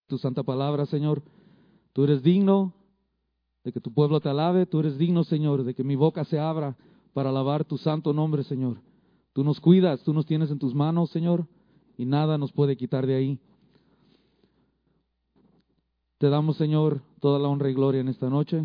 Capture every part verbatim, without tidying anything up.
tu santa palabra, Señor. Tú eres digno de que tu pueblo te alabe. Tú eres digno, Señor, de que mi boca se abra para alabar tu santo nombre, Señor. Tú nos cuidas, tú nos tienes en tus manos, Señor, y nada nos puede quitar de ahí. Te damos, Señor, toda la honra y gloria en esta noche.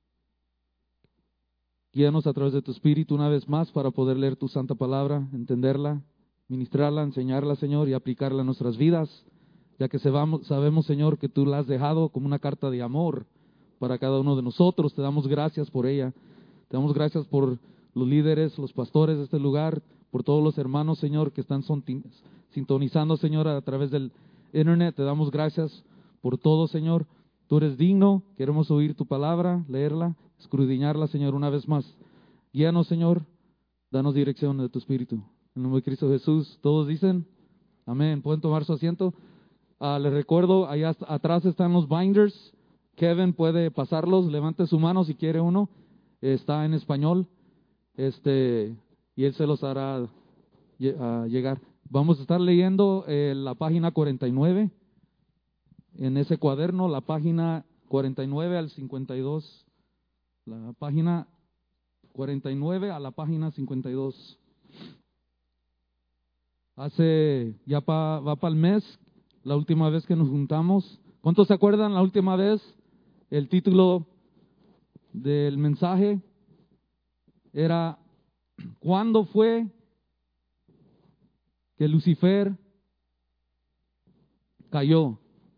Guíanos a través de tu Espíritu una vez más para poder leer tu santa palabra, entenderla, ministrarla, enseñarla, Señor, y aplicarla a nuestras vidas, ya que sabemos, Señor, que tú la has dejado como una carta de amor para cada uno de nosotros. Te damos gracias por ella. Te damos gracias por los líderes, los pastores de este lugar, por todos los hermanos, Señor, que están sintonizando, Señor, a través del internet. Te damos gracias por todo, Señor. Tú eres digno, queremos oír tu palabra, leerla, escudriñarla, Señor, una vez más. Guíanos, Señor, danos dirección de tu Espíritu. En el nombre de Cristo Jesús, todos dicen, amén. ¿Pueden tomar su asiento? Uh, les recuerdo, allá atrás están los binders. Kevin puede pasarlos, levante su mano si quiere uno. Está en español, este, y él se los hará uh, llegar. Vamos a estar leyendo eh, la página cuarenta y nueve. En ese cuaderno, la página cuarenta y nueve al cincuenta y dos. La página cuarenta y nueve a la página cincuenta y dos. Hace, ya pa, va para el mes, la última vez que nos juntamos. ¿Cuántos se acuerdan la última vez? El título del mensaje era ¿cuándo fue que Lucifer cayó?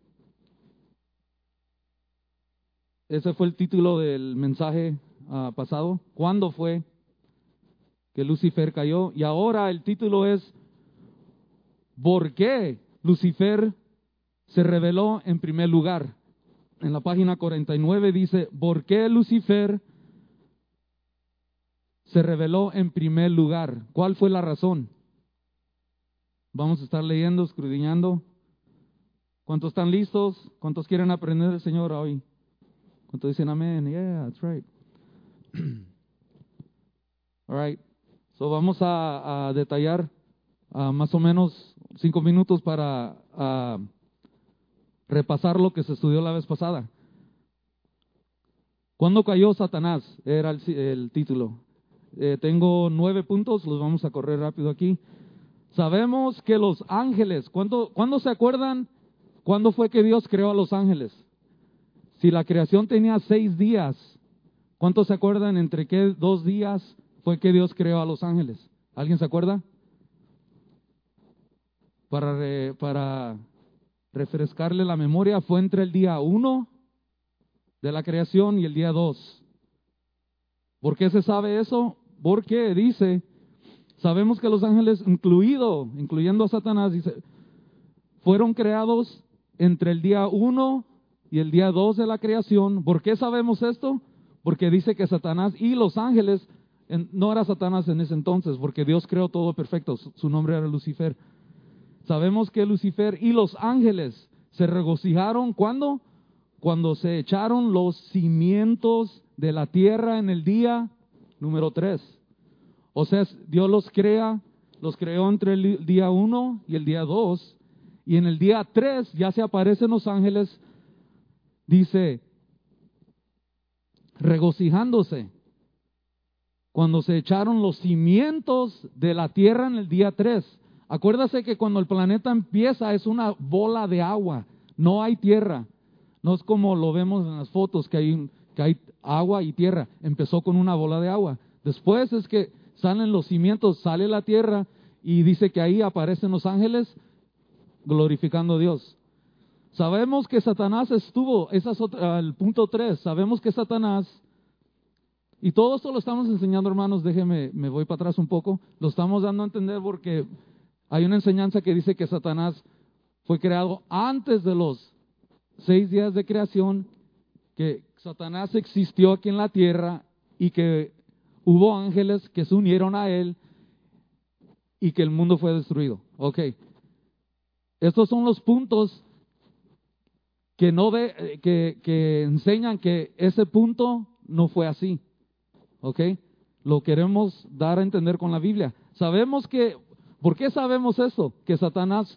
Ese fue el título del mensaje uh, pasado. ¿Cuándo fue que Lucifer cayó? Y ahora el título es ¿por qué Lucifer se rebeló en primer lugar? En la página cuarenta y nueve dice, ¿por qué Lucifer se rebeló en primer lugar? ¿Cuál fue la razón? Vamos a estar leyendo, escudriñando. ¿Cuántos están listos? ¿Cuántos quieren aprender del Señor hoy? ¿Cuántos dicen amén? Yeah, that's right. All right. So vamos a, a detallar uh, más o menos cinco minutos para uh, repasar lo que se estudió la vez pasada. ¿Cuándo cayó Satanás? Era el, el título. Eh, tengo nueve puntos, los vamos a correr rápido aquí. Sabemos que los ángeles, ¿cuándo, ¿cuándo se acuerdan? ¿Cuándo fue que Dios creó a los ángeles? Si la creación tenía seis días, ¿cuántos se acuerdan entre qué dos días fue que Dios creó a los ángeles? ¿Alguien se acuerda? Para, re, para refrescarle la memoria, fue entre el día uno de la creación y el día dos. ¿Por qué se sabe eso? Porque dice, sabemos que los ángeles, incluido, incluyendo a Satanás, dice, fueron creados entre el día uno y el día dos de la creación. ¿Por qué sabemos esto? Porque dice que Satanás y los ángeles, en, no era Satanás en ese entonces, porque Dios creó todo perfecto, su, su nombre era Lucifer. Sabemos que Lucifer y los ángeles se regocijaron, ¿cuándo? Cuando se echaron los cimientos de la tierra en el día número tres. O sea, Dios los crea, los creó entre el día uno y el día dos, y en el día tres ya se aparecen los ángeles. Dice, regocijándose, cuando se echaron los cimientos de la tierra en el día tres. Acuérdase que cuando el planeta empieza es una bola de agua, no hay tierra. No es como lo vemos en las fotos que hay, que hay agua y tierra. Empezó con una bola de agua. Después es que salen los cimientos, sale la tierra y dice que ahí aparecen los ángeles glorificando a Dios. Sabemos que Satanás estuvo, ese es otra, el punto tres, sabemos que Satanás, y todo esto lo estamos enseñando, hermanos, déjenme, me voy para atrás un poco, lo estamos dando a entender porque hay una enseñanza que dice que Satanás fue creado antes de los seis días de creación, que Satanás existió aquí en la tierra y que hubo ángeles que se unieron a él y que el mundo fue destruido. Ok, estos son los puntos que no de, que, que enseñan que ese punto no fue así. ¿Ok? Lo queremos dar a entender con la Biblia. Sabemos que, ¿por qué sabemos eso? Que Satanás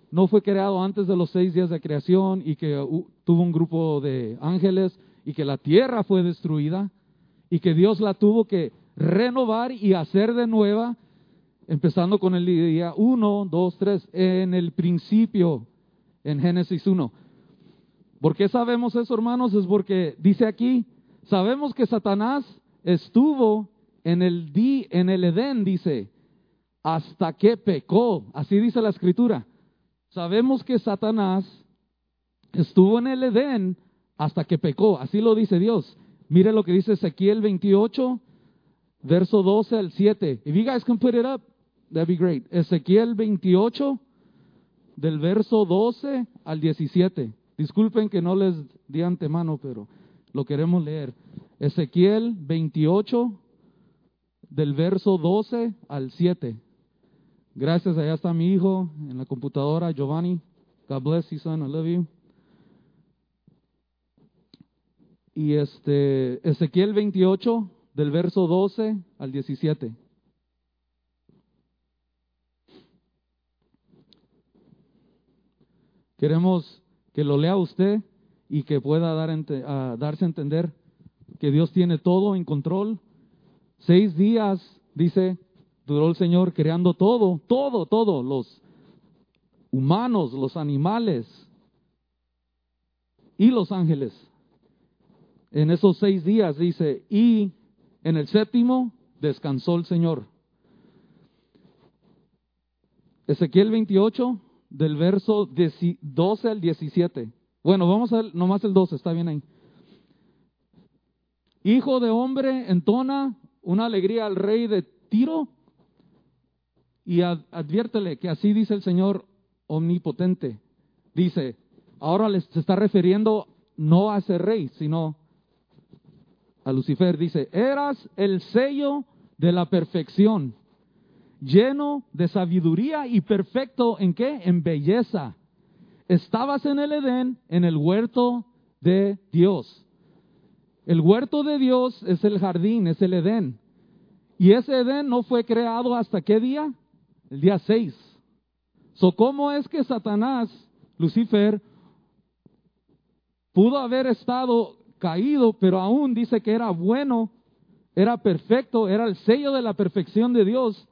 no fue creado antes de los seis días de creación y que uh, tuvo un grupo de ángeles y que la tierra fue destruida y que Dios la tuvo que renovar y hacer de nueva, empezando con el día uno, dos, tres, en el principio, en Génesis uno. ¿Por qué sabemos eso, hermanos? Es porque dice aquí, sabemos que Satanás estuvo en el, di, en el Edén, dice, hasta que pecó. Así dice la Escritura. Sabemos que Satanás estuvo en el Edén hasta que pecó. Así lo dice Dios. Mire lo que dice Ezequiel veintiocho, verso doce al siete. If you guys can put it up, that'd be great. Ezequiel veintiocho, del verso doce al diecisiete. Disculpen que no les di antemano, pero lo queremos leer. Ezequiel veintiocho, del verso doce al siete. Gracias, allá está mi hijo en la computadora, Giovanni. God bless you, son, I love you. Y este, Ezequiel veintiocho, del verso doce al diecisiete. Queremos que lo lea usted y que pueda dar ente, uh, darse a entender que Dios tiene todo en control. Seis días, dice, duró el Señor creando todo, todo, todo, los humanos, los animales y los ángeles. En esos seis días, dice, y en el séptimo descansó el Señor. Ezequiel veintiocho, del verso doce al diecisiete. Bueno, vamos a ver nomás el doce, está bien ahí. Hijo de hombre, entona una alegría al rey de Tiro y adviértele que así dice el Señor omnipotente. Dice, ahora les se está refiriendo no a ese rey, sino a Lucifer. Dice, eras el sello de la perfección, lleno de sabiduría y perfecto, ¿en qué? En belleza. Estabas en el Edén, en el huerto de Dios. El huerto de Dios es el jardín, es el Edén. Y ese Edén no fue creado ¿hasta qué día? El día seis. So, ¿cómo es que Satanás, Lucifer, pudo haber estado caído, pero aún dice que era bueno, era perfecto, era el sello de la perfección de Dios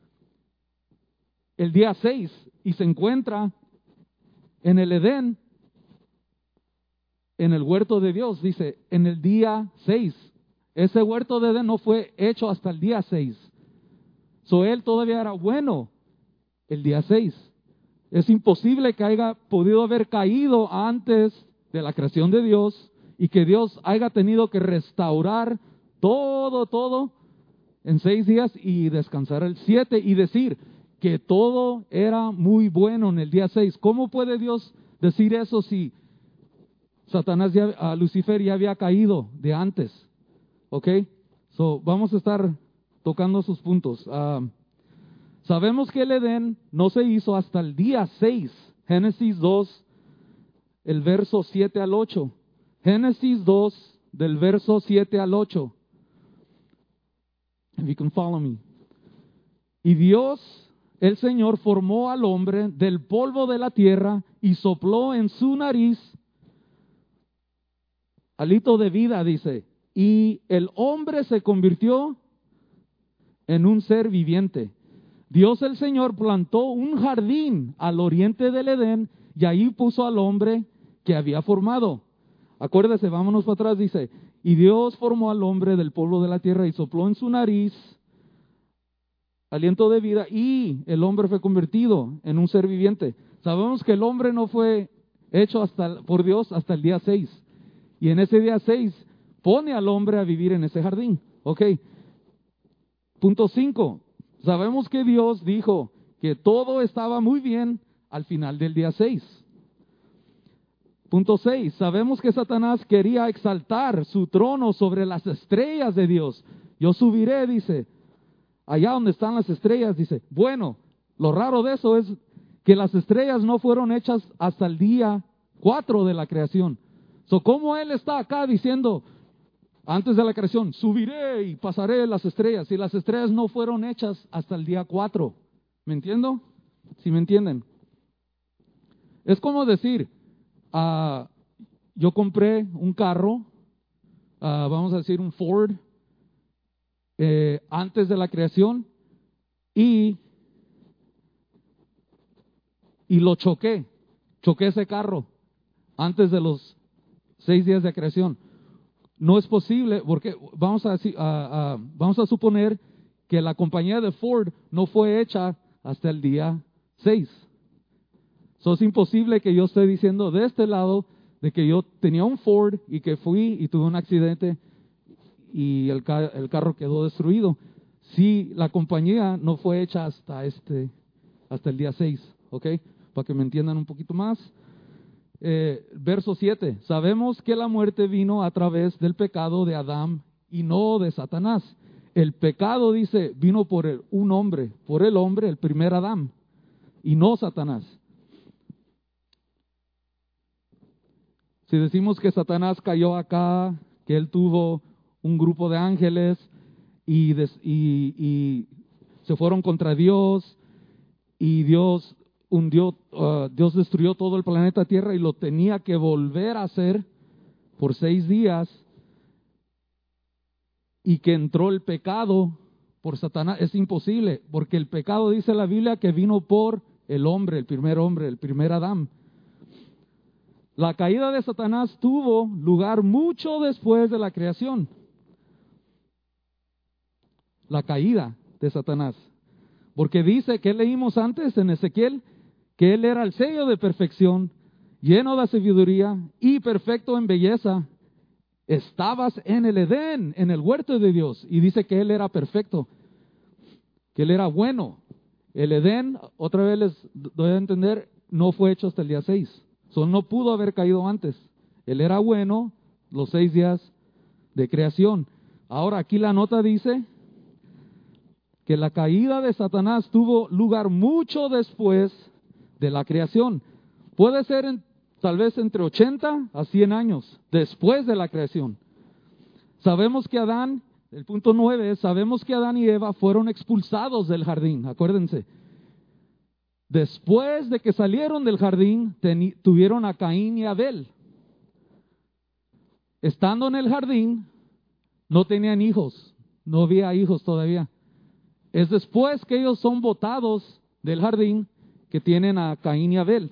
el día seis, y se encuentra en el Edén, en el huerto de Dios, dice, en el día seis. Ese huerto de Edén no fue hecho hasta el día seis. So, él todavía era bueno el día seis. Es imposible que haya podido haber caído antes de la creación de Dios y que Dios haya tenido que restaurar todo, todo en seis días y descansar el siete y decir que todo era muy bueno en el día seis. ¿Cómo puede Dios decir eso si Satanás ya, a Lucifer ya había caído de antes? ¿Ok? So, vamos a estar tocando sus puntos. Uh, sabemos que el Edén no se hizo hasta el día seis. Génesis dos, el verso siete al ocho. Génesis dos, del verso siete al ocho. If you can follow me. Y Dios, el Señor, formó al hombre del polvo de la tierra y sopló en su nariz hálito de vida, dice. Y el hombre se convirtió en un ser viviente. Dios el Señor plantó un jardín al oriente del Edén y ahí puso al hombre que había formado. Acuérdese, vámonos para atrás, dice, y Dios formó al hombre del polvo de la tierra y sopló en su nariz aliento de vida y el hombre fue convertido en un ser viviente. Sabemos que el hombre no fue hecho hasta por Dios hasta el día seis. Y en ese día seis pone al hombre a vivir en ese jardín. Ok. Punto cinco. Sabemos que Dios dijo que todo estaba muy bien al final del día seis. Punto seis. Sabemos que Satanás quería exaltar su trono sobre las estrellas de Dios. Yo subiré, dice, allá donde están las estrellas, dice. Bueno, lo raro de eso es que las estrellas no fueron hechas hasta el día cuatro de la creación. So, ¿cómo él está acá diciendo, antes de la creación, subiré y pasaré las estrellas? Y las estrellas no fueron hechas hasta el día cuatro. ¿Me entiendo? ¿Sí me entienden? Es como decir, uh, yo compré un carro, uh, vamos a decir un Ford, eh, antes de la creación y, y lo choqué, choqué ese carro antes de los seis días de creación. No es posible, porque vamos a, decir, uh, uh, vamos a suponer que la compañía de Ford no fue hecha hasta el día seis. So, es imposible que yo esté diciendo de este lado de que yo tenía un Ford y que fui y tuve un accidente y el, ca el carro quedó destruido. Si la compañía no fue hecha hasta este, hasta el día seis, ¿ok? Para que me entiendan un poquito más. Eh, verso siete. Sabemos que la muerte vino a través del pecado de Adán y no de Satanás. El pecado, dice, vino por el, un hombre, por el hombre, el primer Adán, y no Satanás. Si decimos que Satanás cayó acá, que él tuvo un grupo de ángeles y, des, y, y se fueron contra Dios y Dios hundió, uh, Dios destruyó todo el planeta Tierra y lo tenía que volver a hacer por seis días y que entró el pecado por Satanás, es imposible, porque el pecado dice la Biblia que vino por el hombre, el primer hombre, el primer Adán. La caída de Satanás tuvo lugar mucho después de la creación. La caída de Satanás. Porque dice, que leímos antes en Ezequiel, que él era el sello de perfección, lleno de sabiduría y perfecto en belleza. Estabas en el Edén, en el huerto de Dios. Y dice que él era perfecto, que él era bueno. El Edén, otra vez les doy a entender, no fue hecho hasta el día seis. So, no pudo haber caído antes. Él era bueno los seis días de creación. Ahora aquí la nota dice que la caída de Satanás tuvo lugar mucho después de la creación. Puede ser en, tal vez entre ochenta a cien años después de la creación. Sabemos que Adán, el punto nueve, sabemos que Adán y Eva fueron expulsados del jardín, acuérdense. Después de que salieron del jardín, tuvieron a Caín y Abel. Estando en el jardín, no tenían hijos, no había hijos todavía. Es después que ellos son botados del jardín que tienen a Caín y Abel.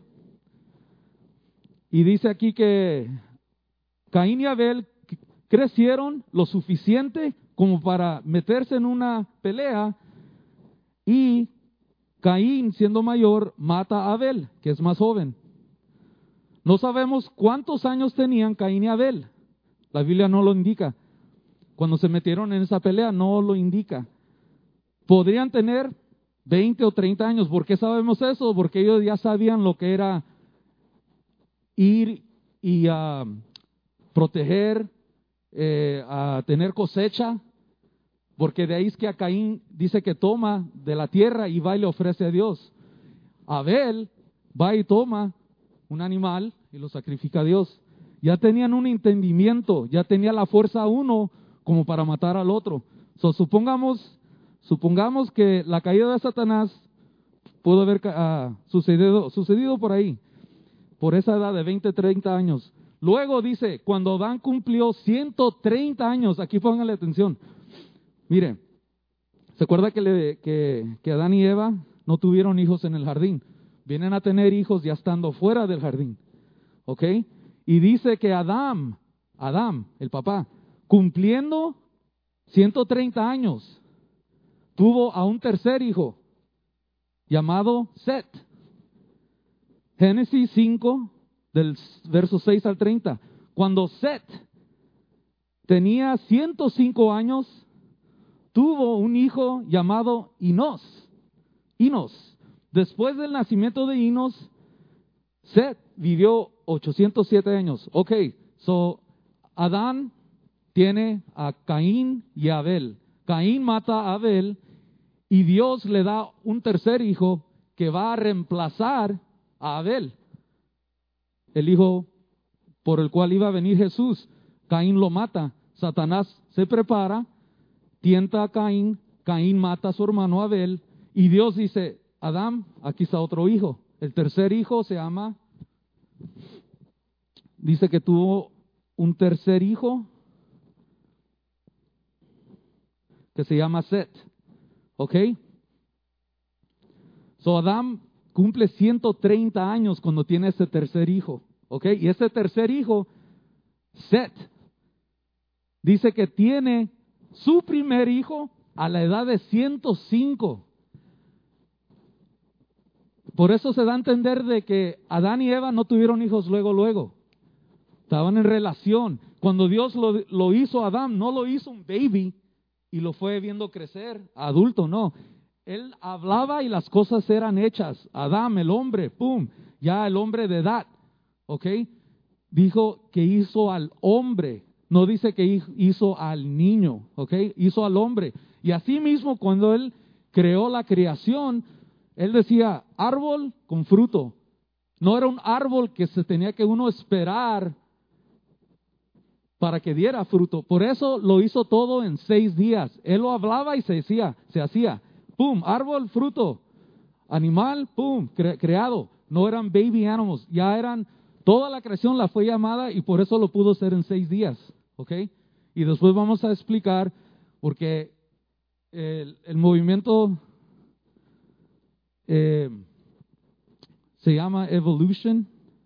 Y dice aquí que Caín y Abel crecieron lo suficiente como para meterse en una pelea y Caín, siendo mayor, mata a Abel, que es más joven. No sabemos cuántos años tenían Caín y Abel. La Biblia no lo indica. Cuando se metieron en esa pelea, no lo indica. Podrían tener veinte o treinta años. ¿Por qué sabemos eso? Porque ellos ya sabían lo que era ir y uh, proteger, eh, a tener cosecha. Porque de ahí es que a Caín dice que toma de la tierra y va y le ofrece a Dios. Abel va y toma un animal y lo sacrifica a Dios. Ya tenían un entendimiento, ya tenía la fuerza uno como para matar al otro. So, supongamos, supongamos que la caída de Satanás pudo haber uh, sucedido, sucedido por ahí, por esa edad de veinte, treinta años. Luego dice, cuando Adán cumplió ciento treinta años, aquí pónganle atención. Mire, ¿se acuerda que, le, que, que Adán y Eva no tuvieron hijos en el jardín? Vienen a tener hijos ya estando fuera del jardín. ¿Ok? Y dice que Adán, Adán, el papá, cumpliendo ciento treinta años, tuvo a un tercer hijo llamado Set. Génesis cinco, del verso seis al treinta. Cuando Set tenía ciento cinco años, tuvo un hijo llamado Enos. Enos. Después del nacimiento de Enos, Set vivió ochocientos siete años. Ok, so Adán tiene a Caín y a Abel. Caín mata a Abel y Dios le da un tercer hijo que va a reemplazar a Abel, el hijo por el cual iba a venir Jesús. Caín lo mata. Satanás se prepara, tienta a Caín, Caín mata a su hermano Abel y Dios dice, Adán, aquí está otro hijo. El tercer hijo se llama dice que tuvo un tercer hijo que se llama Set. ¿Ok? So Adán cumple ciento treinta años cuando tiene ese tercer hijo. ¿Ok? Y ese tercer hijo, Set, dice que tiene su primer hijo a la edad de ciento cinco. Por eso se da a entender de que Adán y Eva no tuvieron hijos luego, luego. Estaban en relación. Cuando Dios lo, lo hizo a Adán, no lo hizo un baby y lo fue viendo crecer, adulto, no. Él hablaba y las cosas eran hechas. Adán, el hombre, pum, ya el hombre de edad, ¿ok? Dijo que hizo al hombre, no dice que hizo al niño, ¿ok? Hizo al hombre. Y así mismo cuando Él creó la creación, Él decía, árbol con fruto. No era un árbol que se tenía que uno esperar para que diera fruto. Por eso lo hizo todo en seis días. Él lo hablaba y se decía, se hacía. Pum, árbol, fruto. Animal, pum, cre- creado. No eran baby animals, ya eran, toda la creación la fue llamada y por eso lo pudo hacer en seis días. ¿Ok? Y después vamos a explicar porque el, el movimiento eh, se llama Evolution.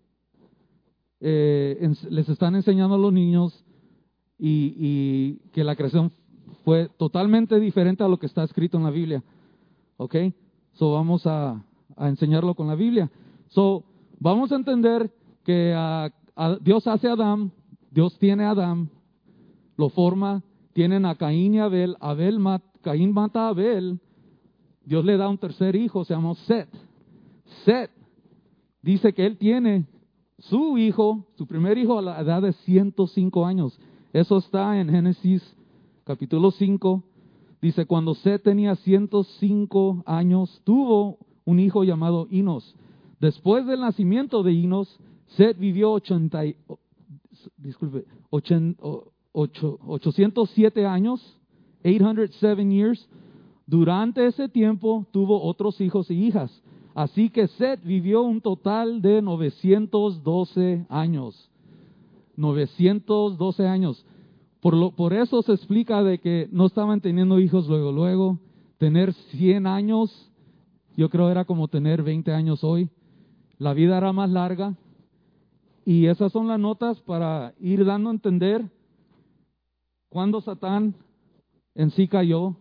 Eh, en, les están enseñando a los niños y, y que la creación fue totalmente diferente a lo que está escrito en la Biblia. ¿Ok? So vamos a, a enseñarlo con la Biblia. So vamos a entender que uh, a, Dios hace a Adán, Dios tiene a Adán, lo forma, tienen a Caín y Abel, Abel mat, Caín mata a Abel, Dios le da un tercer hijo, se llama Set. Set dice que él tiene su hijo, su primer hijo a la edad de ciento cinco años. Eso está en Génesis capítulo cinco. Dice, cuando Set tenía ciento cinco años, tuvo un hijo llamado Enos. Después del nacimiento de Enos, Set vivió ochenta, disculpe, ochocientos siete años, ochocientos siete years. Durante ese tiempo tuvo otros hijos y hijas. Así que Set vivió un total de novecientos doce años. novecientos doce años. Por, lo, por eso se explica de que no estaban teniendo hijos luego, luego. Tener cien años, yo creo era como tener veinte años hoy. La vida era más larga. Y esas son las notas para ir dando a entender cuando Satán en sí cayó.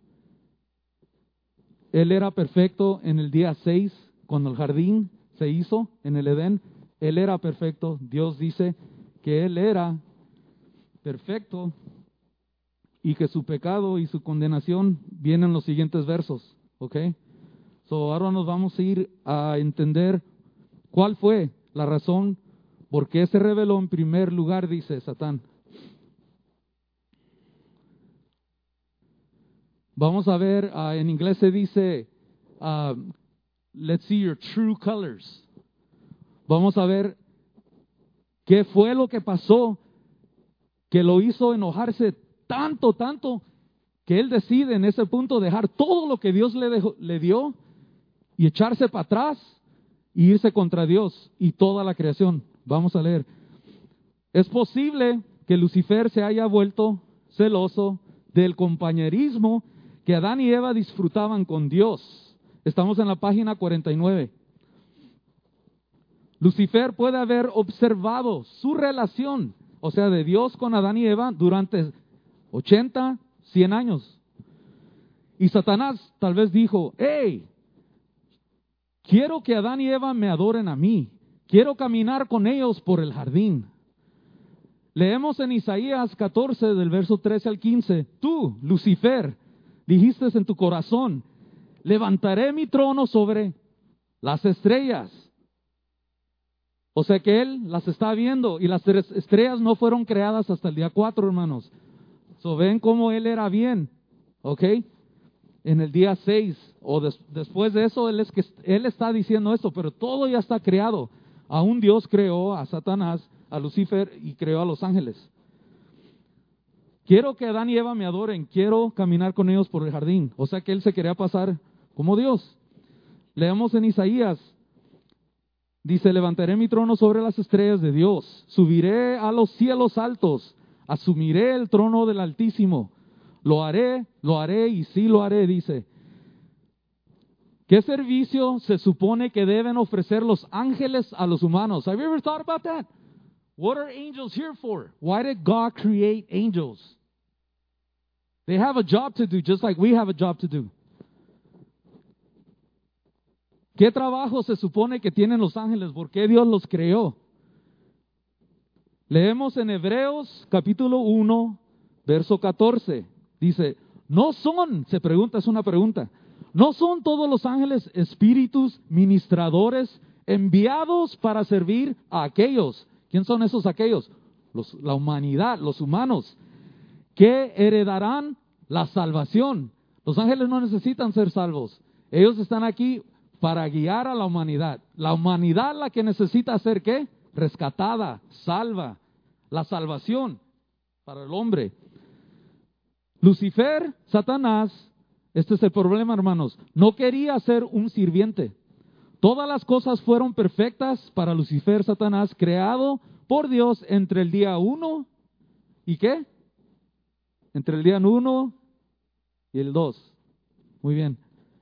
Él era perfecto en el día seis, cuando el jardín se hizo en el Edén. Él era perfecto. Dios dice que Él era perfecto y que su pecado y su condenación vienen en los siguientes versos. ¿Ok? So ahora nos vamos a ir a entender cuál fue la razón por qué se rebeló en primer lugar, dice Satán. Vamos a ver, uh, en inglés se dice, uh, let's see your true colors. Vamos a ver qué fue lo que pasó que lo hizo enojarse tanto, tanto, que él decide en ese punto dejar todo lo que Dios le, dejó, le dio y echarse para atrás e irse contra Dios y toda la creación. Vamos a leer. Es posible que Lucifer se haya vuelto celoso del compañerismo que Adán y Eva disfrutaban con Dios. Estamos en la página cuarenta y nueve. Lucifer puede haber observado su relación, o sea, de Dios con Adán y Eva durante ochenta, cien años. Y Satanás tal vez dijo, hey, quiero que Adán y Eva me adoren a mí. Quiero caminar con ellos por el jardín. Leemos en Isaías catorce, del verso trece al quince. Tú, Lucifer, dijiste en tu corazón, levantaré mi trono sobre las estrellas. O sea que él las está viendo y las estrellas no fueron creadas hasta el día cuatro, hermanos. So ven cómo él era bien, ¿ok? En el día seis o des, después de eso, él, es que, él está diciendo esto, pero todo ya está creado. Aún Dios creó a Satanás, a Lucifer y creó a los ángeles. Quiero que Adán y Eva me adoren, quiero caminar con ellos por el jardín. O sea que él se quería pasar como Dios. Leemos en Isaías, Dice, levantaré mi trono sobre las estrellas de Dios, subiré a los cielos altos, asumiré el trono del Altísimo. Lo haré, lo haré y sí lo haré, dice. ¿Qué servicio se supone que deben ofrecer los ángeles a los humanos? Have you ever thought about that? What are angels here for? Why did God create angels? They have a job to do, just like we have a job to do. ¿Qué trabajo se supone que tienen los ángeles? ¿Por qué Dios los creó? Leemos en Hebreos capítulo uno, verso catorce. Dice, no son, se pregunta, es una pregunta, ¿no son todos los ángeles espíritus ministradores enviados para servir a aquellos? ¿Quién son esos aquellos? Los, la humanidad, los humanos, que heredarán la salvación. Los ángeles no necesitan ser salvos. Ellos están aquí para guiar a la humanidad. La humanidad la que necesita ser ¿qué? Rescatada, salva, la salvación para el hombre. Lucifer, Satanás, este es el problema, hermanos, no quería ser un sirviente. Todas las cosas fueron perfectas para Lucifer, Satanás, creado por Dios entre el día uno y ¿qué? Entre el día uno y el dos. Muy bien.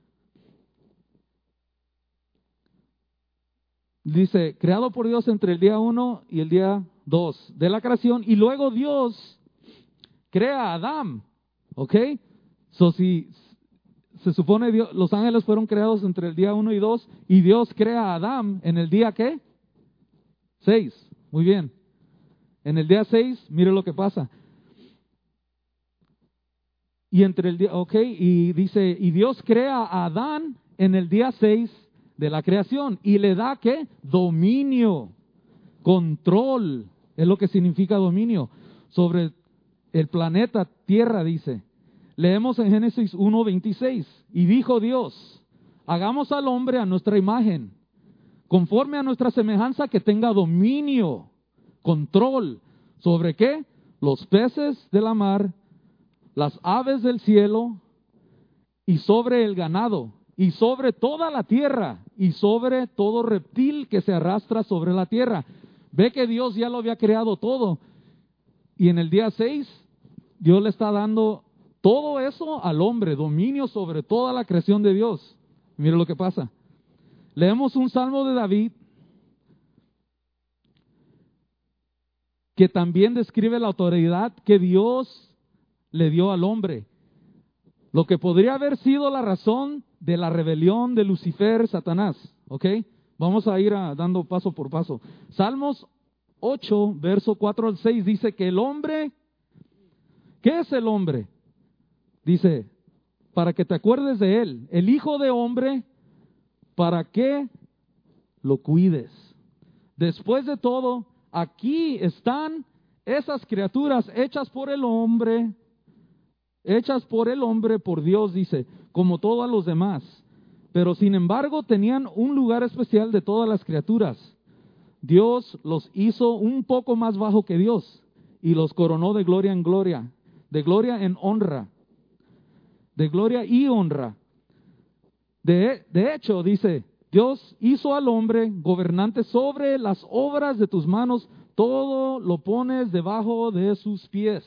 Dice, creado por Dios entre el día uno y el día dos de la creación. Y luego Dios crea a Adán. ¿Ok? So, si se supone Dios, los ángeles fueron creados entre el día uno y dos. Y Dios crea a Adán en el día ¿qué? seis. Muy bien. En el día seis, mire lo que pasa. Y entre el día, ok, y dice, y Dios crea a Adán en el día seis de la creación y le da ¿qué? Dominio, control, es lo que significa dominio, sobre el planeta Tierra, dice. Leemos en Génesis uno veintiséis, y dijo Dios, hagamos al hombre a nuestra imagen, conforme a nuestra semejanza, que tenga dominio, control, ¿sobre qué? Los peces de la mar, las aves del cielo, y sobre el ganado, y sobre toda la tierra, y sobre todo reptil que se arrastra sobre la tierra. Ve que Dios ya lo había creado todo. Y en el día seis, Dios le está dando todo eso al hombre, dominio sobre toda la creación de Dios. Mire lo que pasa. Leemos un salmo de David que también describe la autoridad que Dios le dio al hombre. Lo que podría haber sido la razón de la rebelión de Lucifer, Satanás. ¿Ok? Vamos a ir a, dando paso por paso. Salmos ocho, verso cuatro al seis, dice que el hombre, ¿qué es el hombre? Dice, para que te acuerdes de él, el hijo de hombre, para que lo cuides. Después de todo, aquí están esas criaturas hechas por el hombre, hechas por el hombre, por Dios, dice, como todos los demás. Pero sin embargo tenían un lugar especial de todas las criaturas. Dios los hizo un poco más bajo que Dios y los coronó de gloria en gloria, de gloria en honra, de gloria y honra. De, de hecho, dice, Dios hizo al hombre gobernante sobre las obras de tus manos, todo lo pones debajo de sus pies.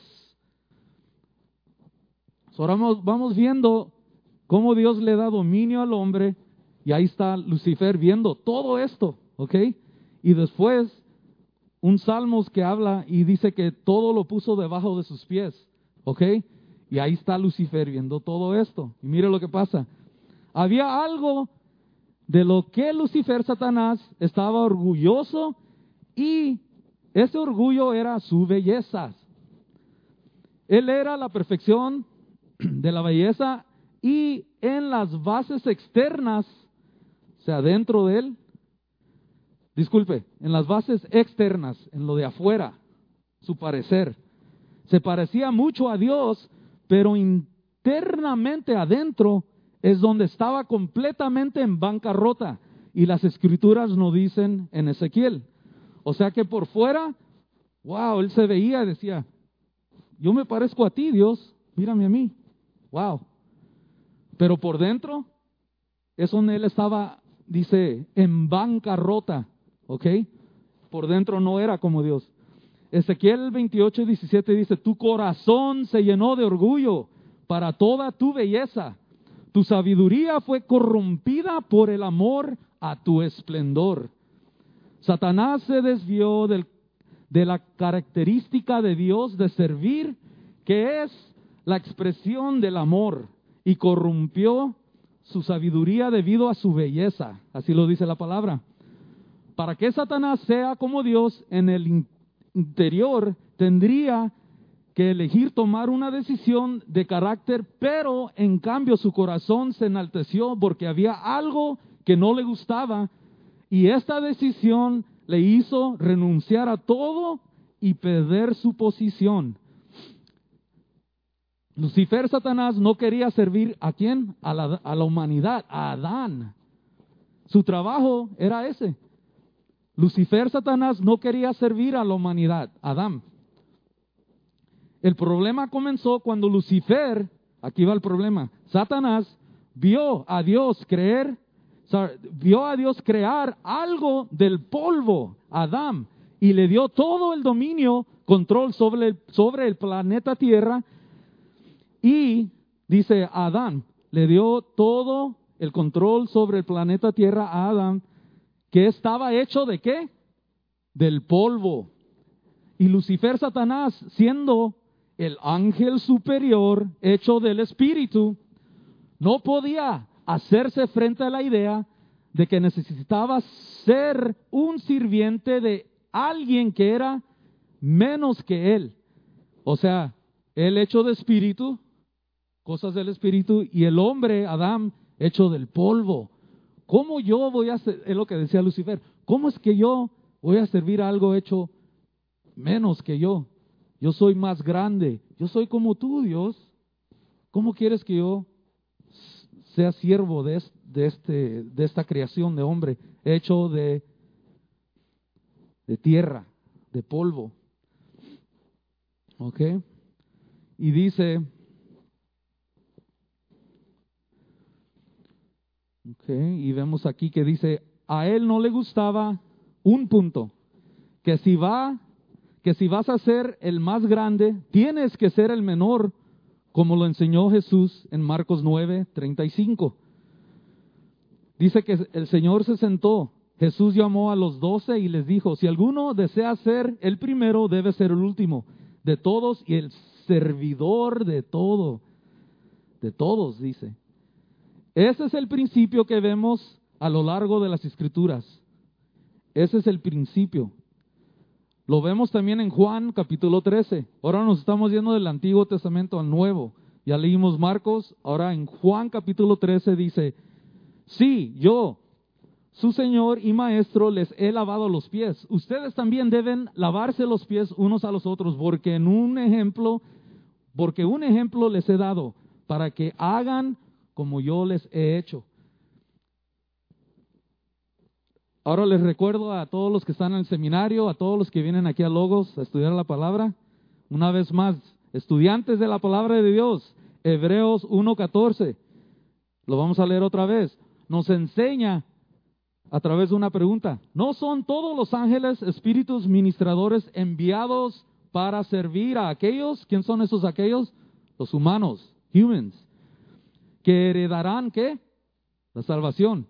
Ahora vamos, vamos viendo cómo Dios le da dominio al hombre, y ahí está Lucifer viendo todo esto, ¿ok? Y después un Salmos que habla y dice que todo lo puso debajo de sus pies, ¿ok? Y ahí está Lucifer viendo todo esto. Y mire lo que pasa. Había algo de lo que Lucifer, Satanás, estaba orgulloso, y ese orgullo era su belleza. Él era la perfección de la belleza, y en las bases externas, o sea, dentro de él, disculpe, en las bases externas, en lo de afuera, su parecer, se parecía mucho a Dios, pero internamente adentro es donde estaba completamente en bancarrota, y las escrituras nos dicen en Ezequiel. O sea que por fuera, wow, él se veía y decía, yo me parezco a ti, Dios, mírame a mí, wow. Pero por dentro es donde él estaba, dice, en bancarrota. ¿ok? Por dentro no era como Dios. Ezequiel veintiocho, diecisiete dice, tu corazón se llenó de orgullo para toda tu belleza. Tu sabiduría fue corrompida por el amor a tu esplendor. Satanás se desvió del, de la característica de Dios de servir, que es la expresión del amor, y corrompió su sabiduría debido a su belleza. Así lo dice la palabra. Para que Satanás sea como Dios en el in- interior, tendría que elegir tomar una decisión de carácter, pero en cambio su corazón se enalteció porque había algo que no le gustaba, y esta decisión le hizo renunciar a todo y perder su posición. Lucifer, Satanás, no quería servir ¿a quién? A la, a la humanidad, a Adán. Su trabajo era ese. Lucifer, Satanás, no quería servir a la humanidad, a Adán. El problema comenzó cuando Lucifer, aquí va el problema, Satanás vio a Dios creer, vio a Dios crear algo del polvo, Adán, y le dio todo el dominio, control sobre el, sobre el planeta Tierra. Y dice Adán, le dio todo el control sobre el planeta Tierra a Adán, que estaba hecho ¿de qué? Del polvo. Y Lucifer, Satanás, siendo el ángel superior hecho del espíritu, no podía hacerse frente a la idea de que necesitaba ser un sirviente de alguien que era menos que él. O sea, él hecho de espíritu, cosas del espíritu, y el hombre, Adán, hecho del polvo. ¿Cómo yo voy a hacer? Es lo que decía Lucifer. ¿Cómo es que yo voy a servir a algo hecho menos que yo? Yo soy más grande. Yo soy como tú, Dios. ¿Cómo quieres que yo sea siervo de, este, de, este, de esta creación de hombre hecho de, de tierra, de polvo? ¿Ok? Y dice, okay, y vemos aquí que dice, a él no le gustaba un punto, que si va, que si vas a ser el más grande, tienes que ser el menor, como lo enseñó Jesús en Marcos nueve, treinta y cinco. Dice que el Señor se sentó, Jesús llamó a los doce y les dijo, si alguno desea ser el primero, debe ser el último de todos y el servidor de todo, de todos, dice. Ese es el principio que vemos a lo largo de las Escrituras. Ese es el principio. Lo vemos también en Juan capítulo trece. Ahora nos estamos yendo del Antiguo Testamento al Nuevo. Ya leímos Marcos, ahora en Juan capítulo trece dice, sí, yo, su Señor y Maestro, les he lavado los pies. Ustedes también deben lavarse los pies unos a los otros, porque en un ejemplo, porque un ejemplo les he dado, para que hagan como yo les he hecho. Ahora les recuerdo a todos los que están en el seminario, a todos los que vienen aquí a Logos a estudiar la palabra, una vez más, estudiantes de la palabra de Dios, Hebreos uno catorce, lo vamos a leer otra vez, nos enseña a través de una pregunta, ¿no son todos los ángeles espíritus ministradores enviados para servir a aquellos? ¿Quién son esos aquellos? Los humanos, humans, que heredarán ¿qué? La salvación.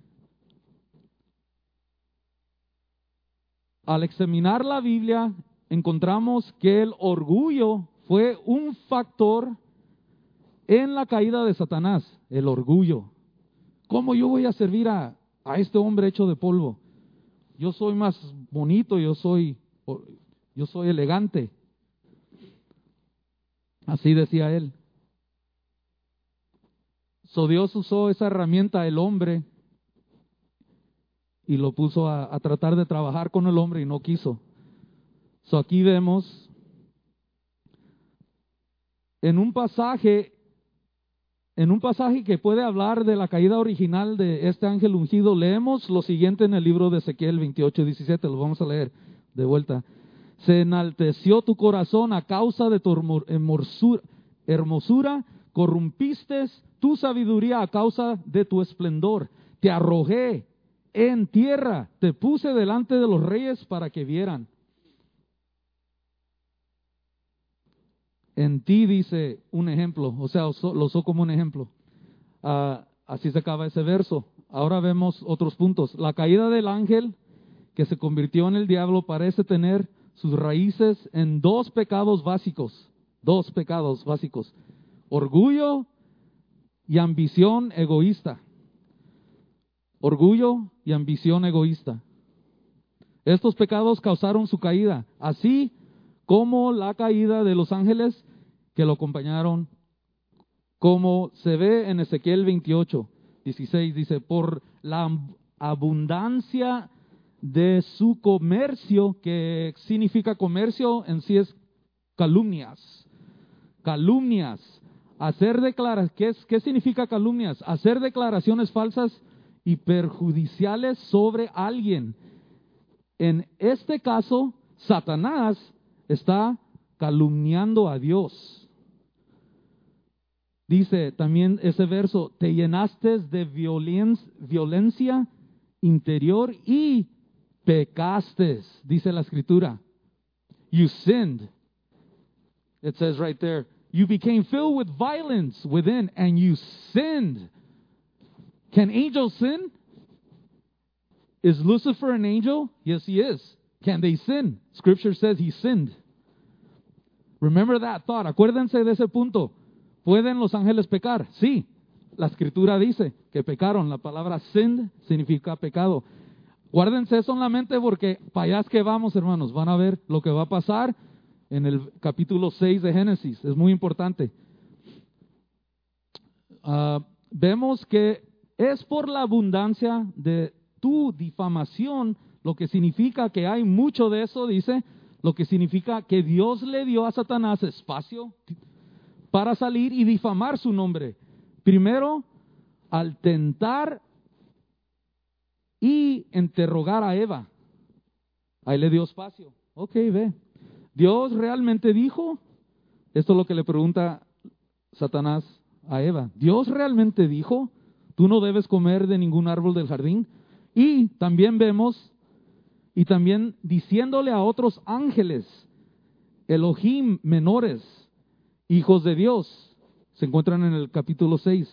Al examinar la Biblia, encontramos que el orgullo fue un factor en la caída de Satanás, el orgullo. ¿Cómo yo voy a servir a, a este hombre hecho de polvo? Yo soy más bonito, yo soy, yo soy elegante. Así decía él. So Dios usó esa herramienta, el hombre, y lo puso a, a tratar de trabajar con el hombre y no quiso. So aquí vemos en un pasaje, en un pasaje que puede hablar de la caída original de este ángel ungido, leemos lo siguiente en el libro de Ezequiel veintiocho, diecisiete, lo vamos a leer de vuelta. Se enalteció tu corazón a causa de tu hermosura, hermosura, corrompiste tu sabiduría a causa de tu esplendor. Te arrojé en tierra te puse delante de los reyes para que vieran. En ti dice un ejemplo, o sea, lo usó como un ejemplo. Uh, así se acaba ese verso. Ahora vemos otros puntos. La caída del ángel que se convirtió en el diablo parece tener sus raíces en dos pecados básicos. Dos pecados básicos. Orgullo y ambición egoísta. Orgullo y ambición egoísta. Estos pecados causaron su caída, así como la caída de los ángeles que lo acompañaron, como se ve en Ezequiel veintiocho, dieciséis, dice, por la abundancia de su comercio, que significa comercio en sí es calumnias, calumnias, hacer declaraciones, ¿qué, es, ¿qué significa calumnias? Hacer declaraciones falsas y perjudiciales sobre alguien. En este caso, Satanás está calumniando a Dios. Dice también ese verso, te llenaste de violen- violencia interior y pecaste, dice la escritura. You sinned. It says right there, you became filled with violence within and you sinned. Can angels sin? Is Lucifer an angel? Yes, he is. Can they sin? Scripture says he sinned. Remember that thought. Acuérdense de ese punto. ¿Pueden los ángeles pecar? Sí. La escritura dice que pecaron. La palabra sin significa pecado. Guárdense eso en la mente porque para allá es que vamos, hermanos. Van a ver lo que va a pasar en el capítulo seis de Génesis. Es muy importante. Uh, vemos que es por la abundancia de tu difamación, lo que significa que hay mucho de eso, dice, lo que significa que Dios le dio a Satanás espacio para salir y difamar su nombre. Primero, al tentar y interrogar a Eva. Ahí le dio espacio. Ok, ve. Dios realmente dijo, esto es lo que le pregunta Satanás a Eva. Dios realmente dijo, tú no debes comer de ningún árbol del jardín. Y también vemos, y también diciéndole a otros ángeles, Elohim menores, hijos de Dios, se encuentran en el capítulo seis,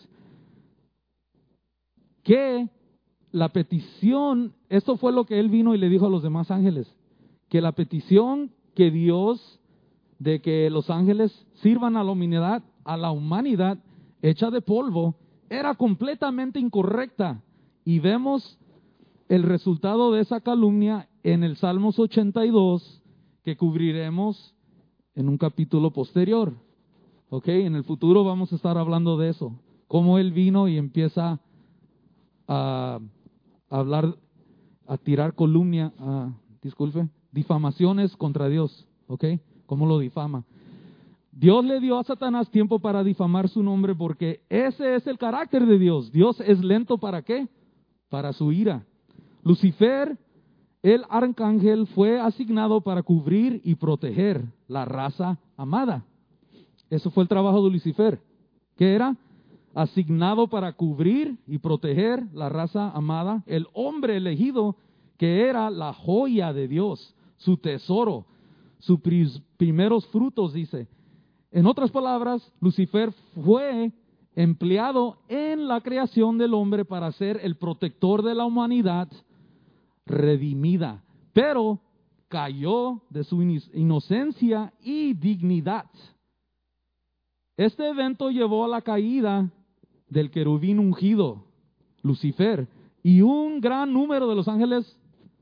que la petición, esto fue lo que él vino y le dijo a los demás ángeles, que la petición que Dios de que los ángeles sirvan a la humanidad, a la humanidad hecha de polvo, era completamente incorrecta. Y vemos el resultado de esa calumnia en el Salmos ochenta y dos, que cubriremos en un capítulo posterior. Ok, en el futuro vamos a estar hablando de eso. Cómo él vino y empieza a, a hablar, a tirar calumnia, a, disculpe, difamaciones contra Dios. Ok, cómo lo difama. Dios le dio a Satanás tiempo para difamar su nombre porque ese es el carácter de Dios. Dios es lento ¿para qué? Para su ira. Lucifer, el arcángel, fue asignado para cubrir y proteger la raza amada. Eso fue el trabajo de Lucifer. ¿Qué era? Asignado para cubrir y proteger la raza amada, el hombre elegido que era la joya de Dios, su tesoro, sus primeros frutos, dice. En otras palabras, Lucifer fue empleado en la creación del hombre para ser el protector de la humanidad redimida, pero cayó de su inocencia y dignidad. Este evento llevó a la caída del querubín ungido, Lucifer, y un gran número de los ángeles,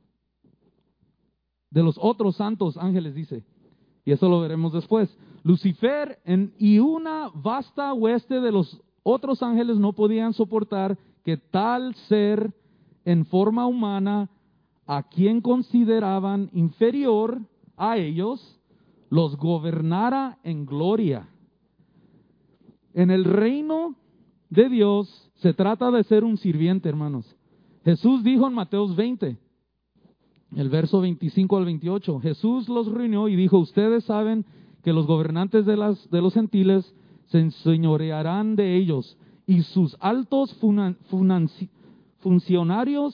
de los otros santos ángeles, dice, y eso lo veremos después. Lucifer en, y una vasta hueste de los otros ángeles no podían soportar que tal ser en forma humana, a quien consideraban inferior a ellos, los gobernara en gloria. En el reino de Dios se trata de ser un sirviente, hermanos. Jesús dijo en Mateos veinte, el verso veinticinco al veintiocho, Jesús los reunió y dijo, ustedes saben que los gobernantes de, las, de los gentiles se enseñorearán de ellos y sus altos funan, funanci, funcionarios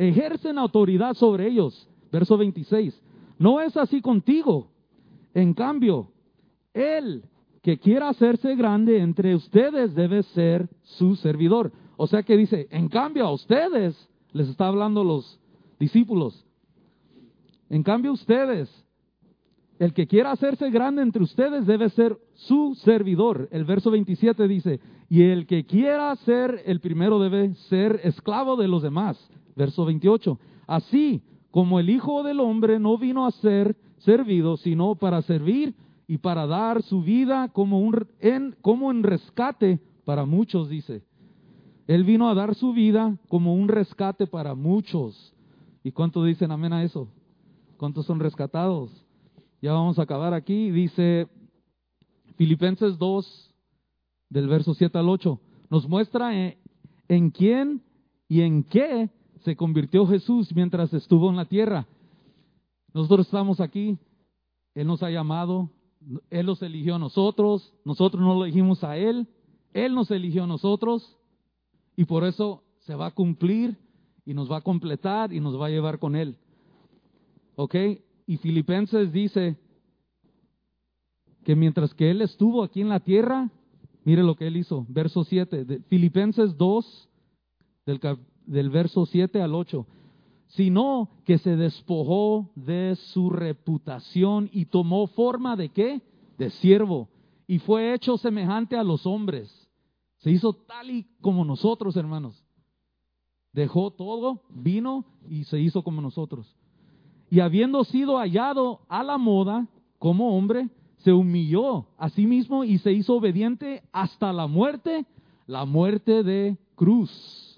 ejercen autoridad sobre ellos. Verso veintiséis. No es así contigo. En cambio, el que quiera hacerse grande entre ustedes debe ser su servidor. O sea que dice, en cambio a ustedes, les está hablando los discípulos. En cambio ustedes, el que quiera hacerse grande entre ustedes debe ser su servidor. El verso veintisiete dice, y el que quiera ser el primero debe ser esclavo de los demás. Verso veintiocho, así como el Hijo del Hombre no vino a ser servido, sino para servir y para dar su vida como, un, en, como en rescate para muchos, dice. Él vino a dar su vida como un rescate para muchos. ¿Y cuántos dicen amén a eso? ¿Cuántos son rescatados? Ya vamos a acabar aquí. Dice Filipenses dos, del verso siete al ocho. Nos muestra en, en quién y en qué se convirtió Jesús mientras estuvo en la tierra. Nosotros estamos aquí. Él nos ha llamado. Él nos eligió a nosotros. Nosotros no lo elegimos a Él. Él nos eligió a nosotros. Y por eso se va a cumplir y nos va a completar y nos va a llevar con Él. ¿Ok? Y Filipenses dice que mientras que Él estuvo aquí en la tierra, mire lo que Él hizo. Verso siete, de Filipenses dos, del, del verso siete al ocho. Sino que se despojó de su reputación y tomó forma de ¿qué? De siervo. Y fue hecho semejante a los hombres. Se hizo tal y como nosotros, hermanos. Dejó todo, vino y se hizo como nosotros. Y habiendo sido hallado a la moda como hombre, se humilló a sí mismo y se hizo obediente hasta la muerte, la muerte de cruz.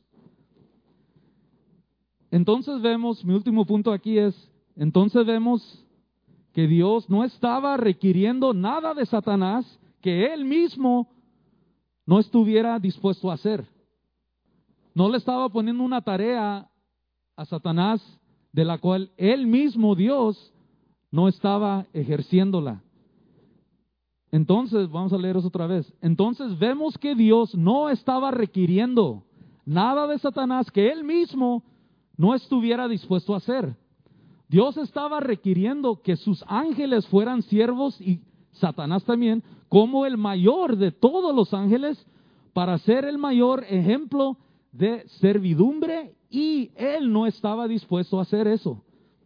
Entonces vemos, mi último punto aquí es, entonces vemos que Dios no estaba requiriendo nada de Satanás que Él mismo no estuviera dispuesto a hacer. No le estaba poniendo una tarea a Satanás de la cual Él mismo, Dios, no estaba ejerciéndola. Entonces, vamos a leer eso otra vez. Entonces vemos que Dios no estaba requiriendo nada de Satanás que Él mismo no estuviera dispuesto a hacer. Dios estaba requiriendo que sus ángeles fueran siervos y Satanás también, como el mayor de todos los ángeles, para ser el mayor ejemplo de servidumbre, y él no estaba dispuesto a hacer eso.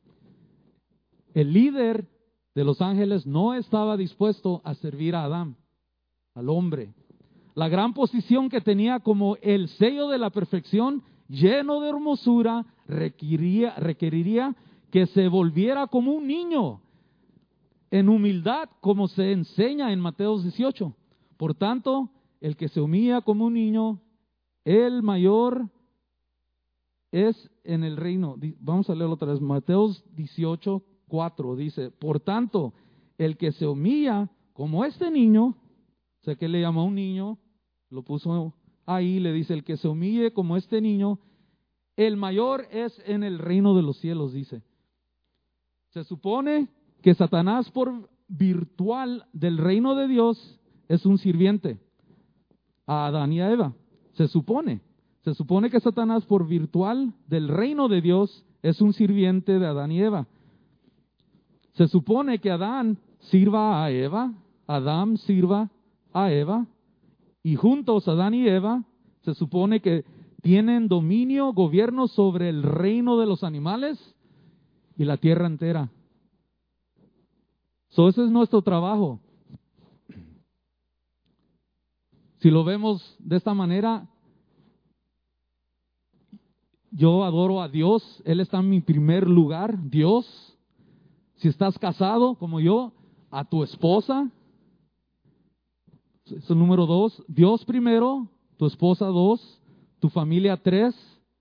El líder de los ángeles no estaba dispuesto a servir a Adán, al hombre. La gran posición que tenía como el sello de la perfección, lleno de hermosura, requeriría, requeriría que se volviera como un niño, en humildad, como se enseña en Mateo dieciocho. Por tanto, el que se humilla como un niño, el mayor es en el reino. Vamos a leerlo otra vez. Mateo dieciocho, cuatro dice, por tanto, el que se humilla como este niño, o sea que le llamó un niño, lo puso ahí, le dice, el que se humille como este niño, el mayor es en el reino de los cielos, dice. Se supone que Satanás, por virtual del reino de Dios, es un sirviente a Adán y a Eva. Se supone, se supone que Satanás, por virtual del reino de Dios, es un sirviente de Adán y Eva. Se supone que Adán sirva a Eva, Adán sirva a Eva, y juntos Adán y Eva se supone que tienen dominio, gobierno sobre el reino de los animales y la tierra entera. So, ese es nuestro trabajo. Si lo vemos de esta manera, yo adoro a Dios, Él está en mi primer lugar, Dios. Si estás casado como yo, a tu esposa. Eso es el número dos. Dios primero, tu esposa dos, tu familia tres.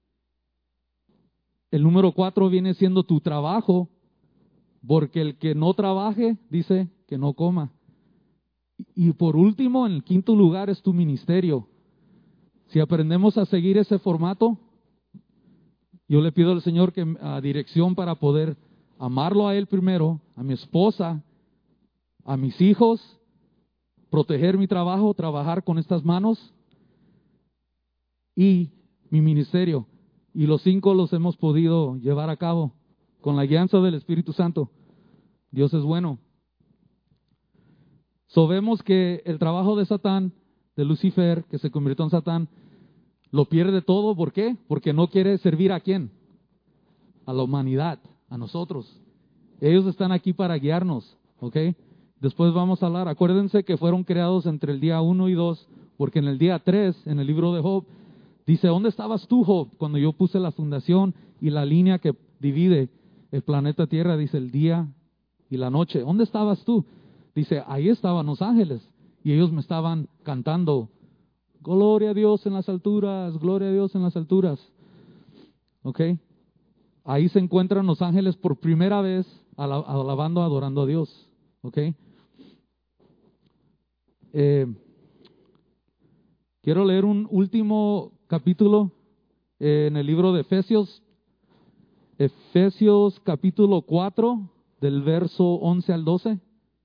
El número cuatro viene siendo tu trabajo, porque el que no trabaje, dice que no coma. Y por último, en el quinto lugar, es tu ministerio. Si aprendemos a seguir ese formato, yo le pido al Señor que a dirección para poder amarlo a Él primero, a mi esposa, a mis hijos, proteger mi trabajo, trabajar con estas manos y mi ministerio. Y los cinco los hemos podido llevar a cabo con la guianza del Espíritu Santo. Dios es bueno. So vemos que el trabajo de Satán, de Lucifer, que se convirtió en Satán, lo pierde todo. ¿Por qué? Porque no quiere servir a quién. A la humanidad, a nosotros. Ellos están aquí para guiarnos, ¿ok? Después vamos a hablar. Acuérdense que fueron creados entre el día uno y dos, porque en el día tres, en el libro de Job, dice, ¿dónde estabas tú, Job? Cuando yo puse la fundación y la línea que divide el planeta Tierra, dice el día y la noche. ¿Dónde estabas tú? Dice, ahí estaban los ángeles y ellos me estaban cantando, gloria a Dios en las alturas, gloria a Dios en las alturas. ¿Ok? Ahí se encuentran los ángeles por primera vez alabando, adorando a Dios. ¿Ok? Eh, quiero leer un último capítulo eh, en el libro de Efesios. Efesios capítulo cuatro, del verso once al doce.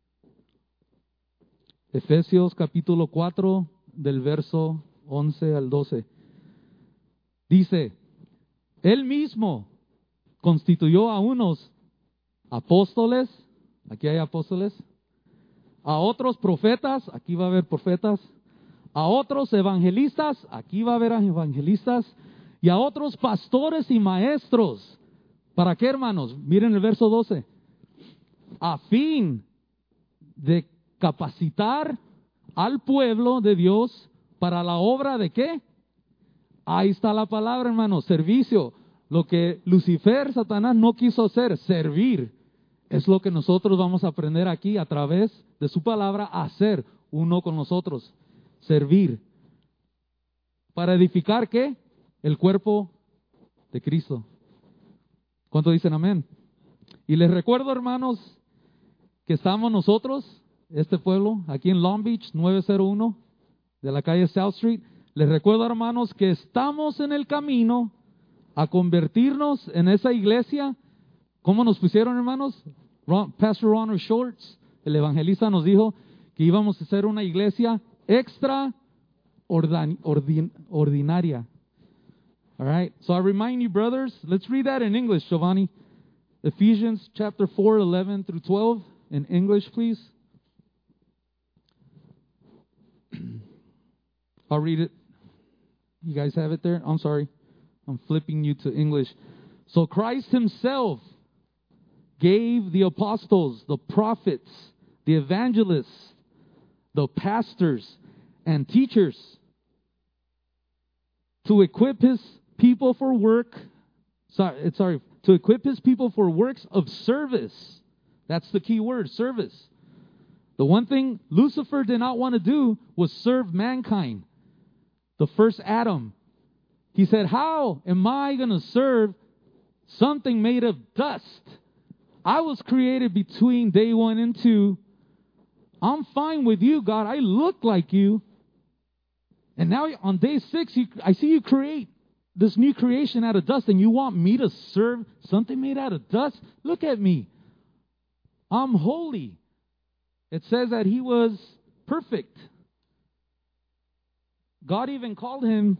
Efesios capítulo cuatro, del verso once al doce. Dice, Él mismo constituyó a unos apóstoles, aquí hay apóstoles, a otros profetas, aquí va a haber profetas, a otros evangelistas, aquí va a haber evangelistas, y a otros pastores y maestros. ¿Para qué, hermanos? Miren el verso doce. A fin de capacitar al pueblo de Dios para la obra de ¿qué? Ahí está la palabra, hermanos, servicio. Lo que Lucifer, Satanás, no quiso hacer, servir, es lo que nosotros vamos a aprender aquí a través de su palabra, a hacer uno con nosotros, servir. ¿Para edificar qué? El cuerpo de Cristo. ¿Cuánto dicen amén? Y les recuerdo, hermanos, que estamos nosotros, este pueblo, aquí en Long Beach, nueve cero uno, de la calle South Street. Les recuerdo, hermanos, que estamos en el camino a convertirnos en esa iglesia. ¿Cómo nos pusieron, hermanos? Ron, Pastor Ronald Schultz, el evangelista, nos dijo que íbamos a ser una iglesia extra ordin, ordin, ordinaria. All right. So I remind you, brothers, let's read that in English, Giovanni. Ephesians chapter four, eleven through twelve. In English, please. I'll read it. You guys have it there? I'm sorry. I'm flipping you to English. So Christ himself gave the apostles, the prophets, the evangelists, the pastors, and teachers to equip his people for work. Sorry, sorry, to equip his people for works of service. That's the key word, service. The one thing Lucifer did not want to do was serve mankind, the first Adam. He said, how am I going to serve something made of dust? I was created between day one and two. I'm fine with you, God. I look like you. And now on day six, you, I see you create this new creation out of dust, and you want me to serve something made out of dust? Look at me. I'm holy. It says that he was perfect. God even called him,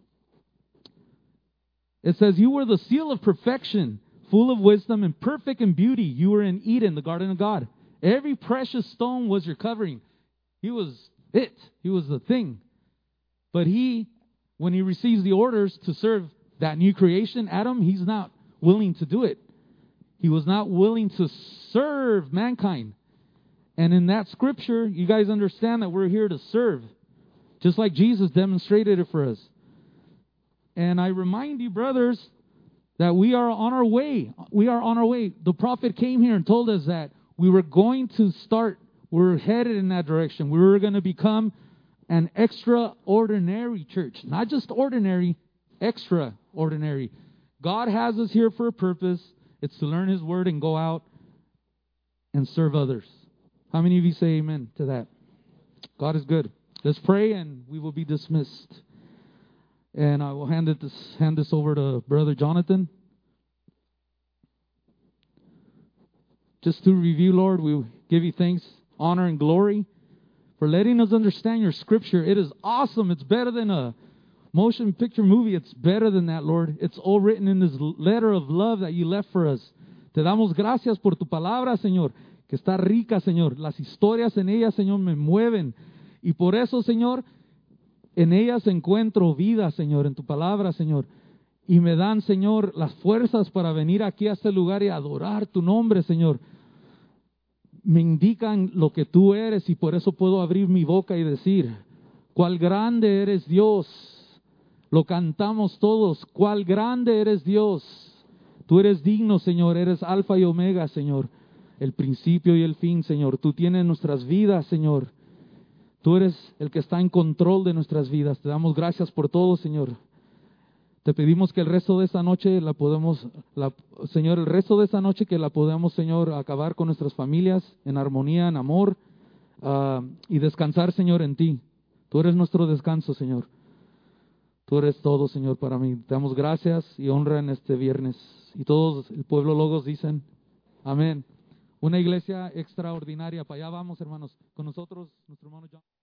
it says, you were the seal of perfection, full of wisdom and perfect in beauty. You were in Eden, the garden of God. Every precious stone was your covering. He was it. He was the thing. But he, when he receives the orders to serve that new creation, Adam, he's not willing to do it. He was not willing to serve mankind. And in that scripture, you guys understand that we're here to serve, just like Jesus demonstrated it for us. And I remind you, brothers, that we are on our way. We are on our way. The prophet came here and told us that we were going to start, we we're headed in that direction. We were going to become an extraordinary church. Not just ordinary, extraordinary. God has us here for a purpose. It's to learn his word and go out and serve others. How many of you say amen to that? God is good. Let's pray and we will be dismissed. And I will hand it this, hand this over to Brother Jonathan. Just to review, Lord, we give you thanks, honor, and glory for letting us understand your scripture. It is awesome. It's better than a motion picture movie. It's better than that, Lord. It's all written in this letter of love that you left for us. Te damos gracias por tu palabra, Señor, que está rica, Señor. Las historias en ella, Señor, me mueven. Y por eso, Señor, en ellas encuentro vida, Señor, en tu palabra, Señor. Y me dan, Señor, las fuerzas para venir aquí a este lugar y adorar tu nombre, Señor. Me indican lo que tú eres y por eso puedo abrir mi boca y decir, cuál grande eres Dios. Lo cantamos todos, cuál grande eres Dios. Tú eres digno, Señor, eres alfa y omega, Señor. El principio y el fin, Señor. Tú tienes nuestras vidas, Señor. Tú eres el que está en control de nuestras vidas. Te damos gracias por todo, Señor. Te pedimos que el resto de esta noche la podemos, la, Señor, el resto de esta noche que la podamos, Señor, acabar con nuestras familias en armonía, en amor uh, y descansar, Señor, en ti. Tú eres nuestro descanso, Señor. Tú eres todo, Señor, para mí. Te damos gracias y honra en este viernes. Y todos el pueblo Logos dicen, amén. Una iglesia extraordinaria. Para allá vamos, hermanos. Con nosotros, nuestro hermano John.